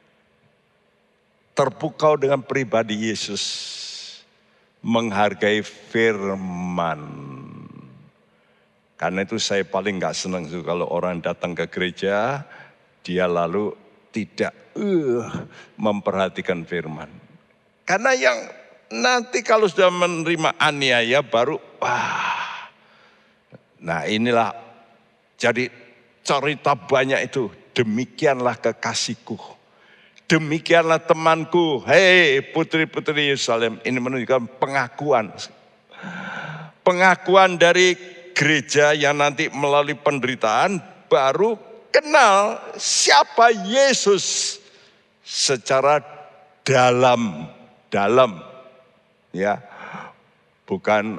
terpukau dengan pribadi Yesus, menghargai firman? Karena itu saya paling gak senang tuh kalau orang datang ke gereja, dia lalu tidak uh, memperhatikan firman. Karena yang nanti kalau sudah menerima aniaya baru, wah. Nah inilah jadi cerita banyak itu. Demikianlah kekasihku. Demikianlah temanku. Hei putri-putri Yerusalem. Ini menunjukkan pengakuan. Pengakuan dari gereja yang nanti melalui penderitaan baru kenal siapa Yesus secara dalam. Dalam. Ya. Bukan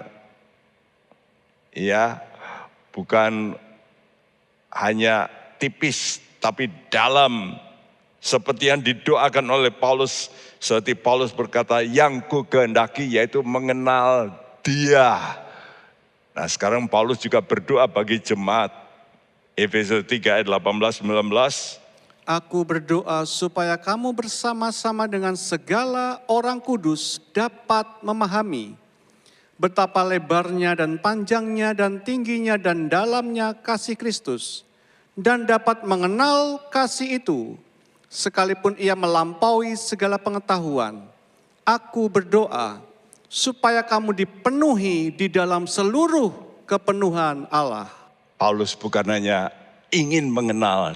ya. Bukan hanya tipis, tapi dalam. Seperti yang didoakan oleh Paulus. Seperti Paulus berkata, yang ku kehendaki yaitu mengenal Dia. Nah sekarang Paulus juga berdoa bagi jemaat. Efesus tiga ayat delapan belas sembilan belas. Aku berdoa supaya kamu bersama-sama dengan segala orang kudus dapat memahami betapa lebarnya dan panjangnya dan tingginya dan dalamnya kasih Kristus, dan dapat mengenal kasih itu sekalipun ia melampaui segala pengetahuan. Aku berdoa supaya kamu dipenuhi di dalam seluruh kepenuhan Allah. Paulus bukan hanya ingin mengenal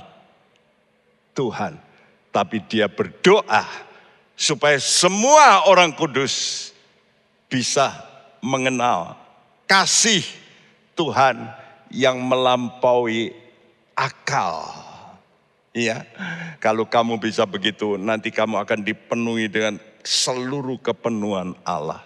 Tuhan, tapi dia berdoa supaya semua orang kudus bisa mengenal kasih Tuhan yang melampaui akal. Iya, kalau kamu bisa begitu, nanti kamu akan dipenuhi dengan seluruh kepenuhan Allah.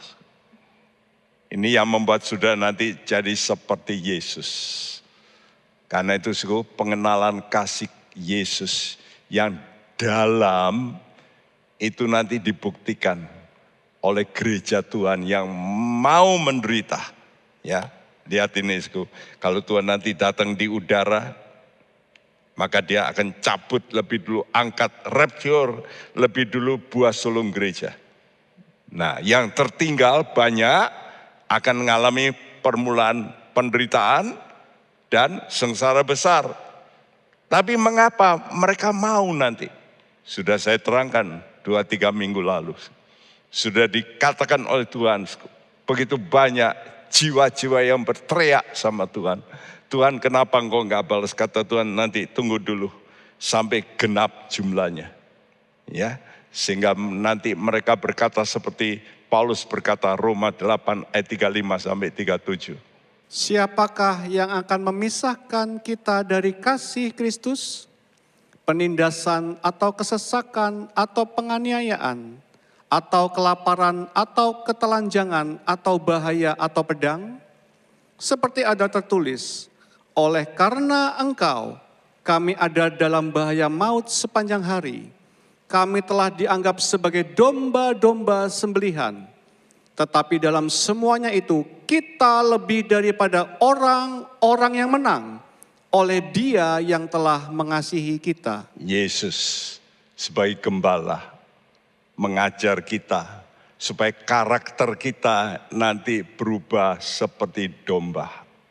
Ini yang membuat saudara nanti jadi seperti Yesus. Karena itu suku pengenalan kasih Yesus yang dalam itu nanti dibuktikan oleh gereja Tuhan yang mau menderita. Ya, lihat ini suku. Kalau Tuhan nanti datang di udara, maka dia akan cabut lebih dulu, angkat rapture lebih dulu buah sulung gereja. Nah, yang tertinggal banyak akan mengalami permulaan penderitaan dan sengsara besar. Tapi mengapa mereka mau nanti? Sudah saya terangkan dua tiga minggu lalu. Sudah dikatakan oleh Tuhan, begitu banyak jiwa-jiwa yang berteriak sama Tuhan. Tuhan kenapa engkau enggak balas? Kata Tuhan nanti tunggu dulu sampai genap jumlahnya. Ya, sehingga nanti mereka berkata seperti Paulus berkata Roma delapan ayat tiga puluh lima sampai tiga puluh tujuh. Siapakah yang akan memisahkan kita dari kasih Kristus? Penindasan atau kesesakan atau penganiayaan atau kelaparan atau ketelanjangan atau bahaya atau pedang? Seperti ada tertulis, oleh karena engkau kami ada dalam bahaya maut sepanjang hari. Kami telah dianggap sebagai domba-domba sembelihan. Tetapi dalam semuanya itu kita lebih daripada orang-orang yang menang oleh Dia yang telah mengasihi kita. Yesus sebagai gembala mengajar kita supaya karakter kita nanti berubah seperti domba.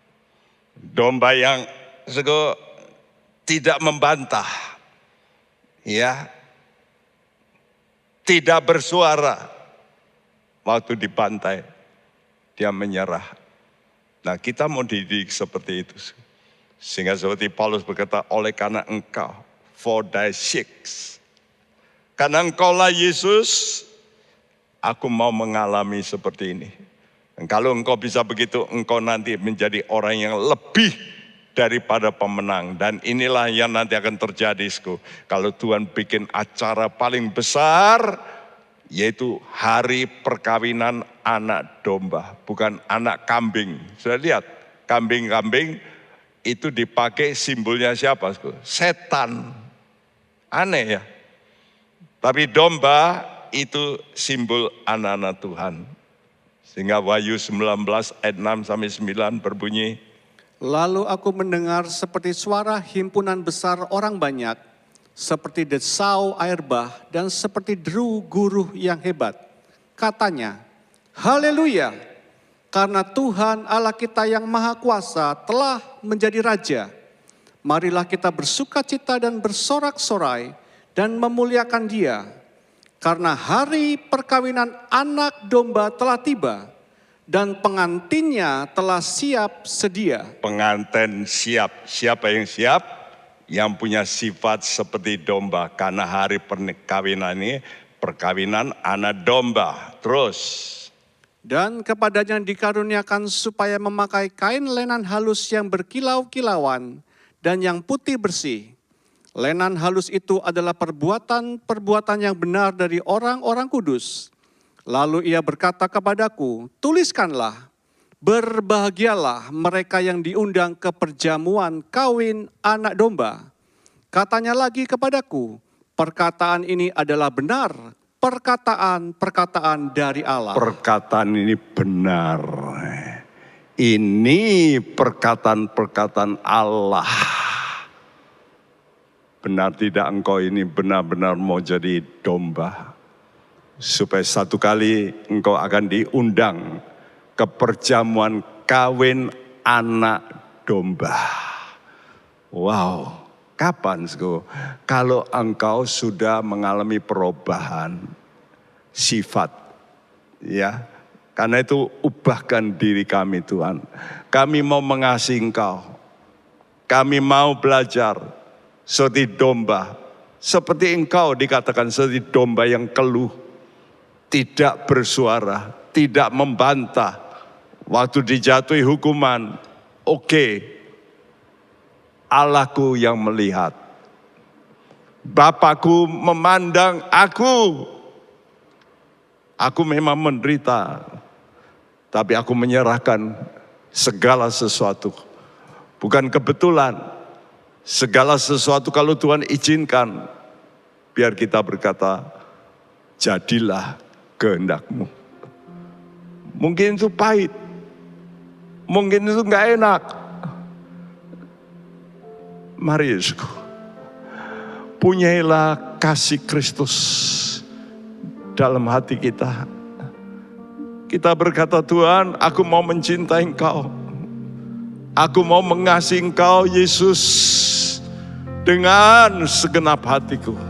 Domba yang sego tidak membantah, ya, tidak bersuara waktu dibantai, dia menyerah. Nah kita mau dididik seperti itu. Sehingga seperti Paulus berkata, oleh karena engkau, for thy sakes. Karena engkaulah Yesus, aku mau mengalami seperti ini. Dan kalau engkau bisa begitu, engkau nanti menjadi orang yang lebih daripada pemenang. Dan inilah yang nanti akan terjadi. Kalau Tuhan bikin acara paling besar, yaitu hari perkawinan anak domba, bukan anak kambing. Sudah lihat, kambing-kambing itu dipakai simbolnya siapa? Setan. Aneh ya. Tapi domba itu simbol anak-anak Tuhan. Sehingga Wahyu sembilan belas ayat enam sampai sembilan berbunyi, lalu aku mendengar seperti suara himpunan besar orang banyak, seperti desau air bah dan seperti deru guruh yang hebat. Katanya, haleluya, karena Tuhan Allah kita yang maha kuasa telah menjadi Raja. Marilah kita bersukacita dan bersorak-sorai dan memuliakan Dia. Karena hari perkawinan anak domba telah tiba dan pengantinnya telah siap sedia. Pengantin siap. Siapa yang siap? Yang punya sifat seperti domba. Karena hari perkawinan ini perkawinan anak domba. Terus. Dan kepadanya dikaruniakan supaya memakai kain lenan halus yang berkilau-kilauan dan yang putih bersih. Lenan halus itu adalah perbuatan-perbuatan yang benar dari orang-orang kudus. Lalu ia berkata kepadaku, tuliskanlah, berbahagialah mereka yang diundang ke perjamuan kawin anak domba. Katanya lagi kepadaku, perkataan ini adalah benar, perkataan-perkataan dari Allah. Perkataan ini benar. Ini perkataan-perkataan Allah. Benar tidak engkau ini benar-benar mau jadi domba? Supaya satu kali engkau akan diundang ke perjamuan kawin anak domba. Wow, kapan? Kalau engkau sudah mengalami perubahan sifat. Ya, karena itu ubahkan diri kami Tuhan. Kami mau mengasihi engkau. Kami mau belajar seperti domba, seperti engkau dikatakan seperti domba yang keluh, tidak bersuara, tidak membantah. Waktu dijatuhi hukuman, oke, okay, Allahku yang melihat. Bapakku memandang aku. Aku memang menderita, tapi aku menyerahkan segala sesuatu. Bukan kebetulan. Segala sesuatu kalau Tuhan izinkan, biar kita berkata, jadilah kehendak-Mu. Mungkin itu pahit, mungkin itu enggak enak. Mari Yesusku, punyailah kasih Kristus dalam hati kita. Kita berkata, Tuhan, aku mau mencintai Engkau. Aku mau mengasihi Engkau, Yesus, dengan segenap hatiku.